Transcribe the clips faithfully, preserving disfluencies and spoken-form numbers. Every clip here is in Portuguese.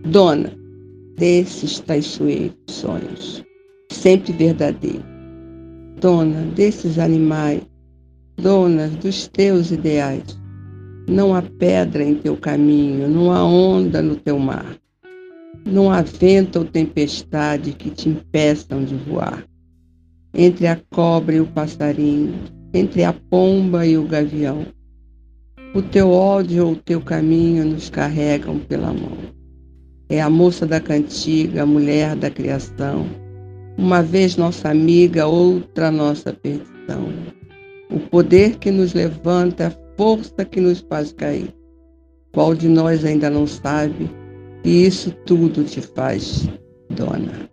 Dona desses traiçoeiros sonhos, sempre verdadeiro. Dona desses animais, dona dos teus ideais. Não há pedra em teu caminho, não há onda no teu mar. Não há vento ou tempestade que te impeçam de voar. Entre a cobra e o passarinho, entre a pomba e o gavião, o teu ódio ou o teu caminho nos carregam pela mão. É a moça da cantiga, a mulher da criação, uma vez nossa amiga, outra nossa perdição. O poder que nos levanta, a força que nos faz cair. Qual de nós ainda não sabe que isso tudo te faz dona?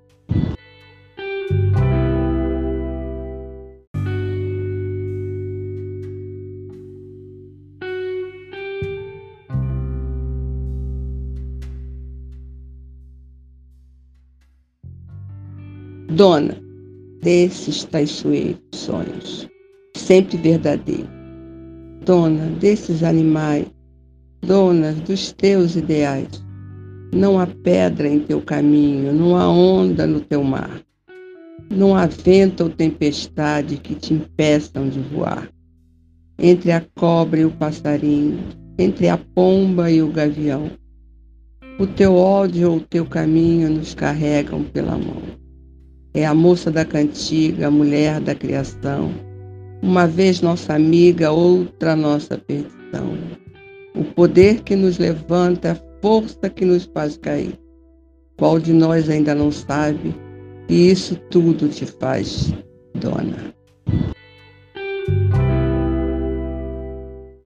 Dona desses traiçoeiros sonhos, sempre verdadeiro. Dona desses animais, dona dos teus ideais. Não há pedra em teu caminho, não há onda no teu mar. Não há vento ou tempestade que te impeçam de voar. Entre a cobra e o passarinho, entre a pomba e o gavião, o teu ódio ou o teu caminho nos carregam pela mão. É a moça da cantiga, a mulher da criação, uma vez nossa amiga, outra nossa perdição. O poder que nos levanta, a força que nos faz cair. Qual de nós ainda não sabe que isso tudo te faz dona?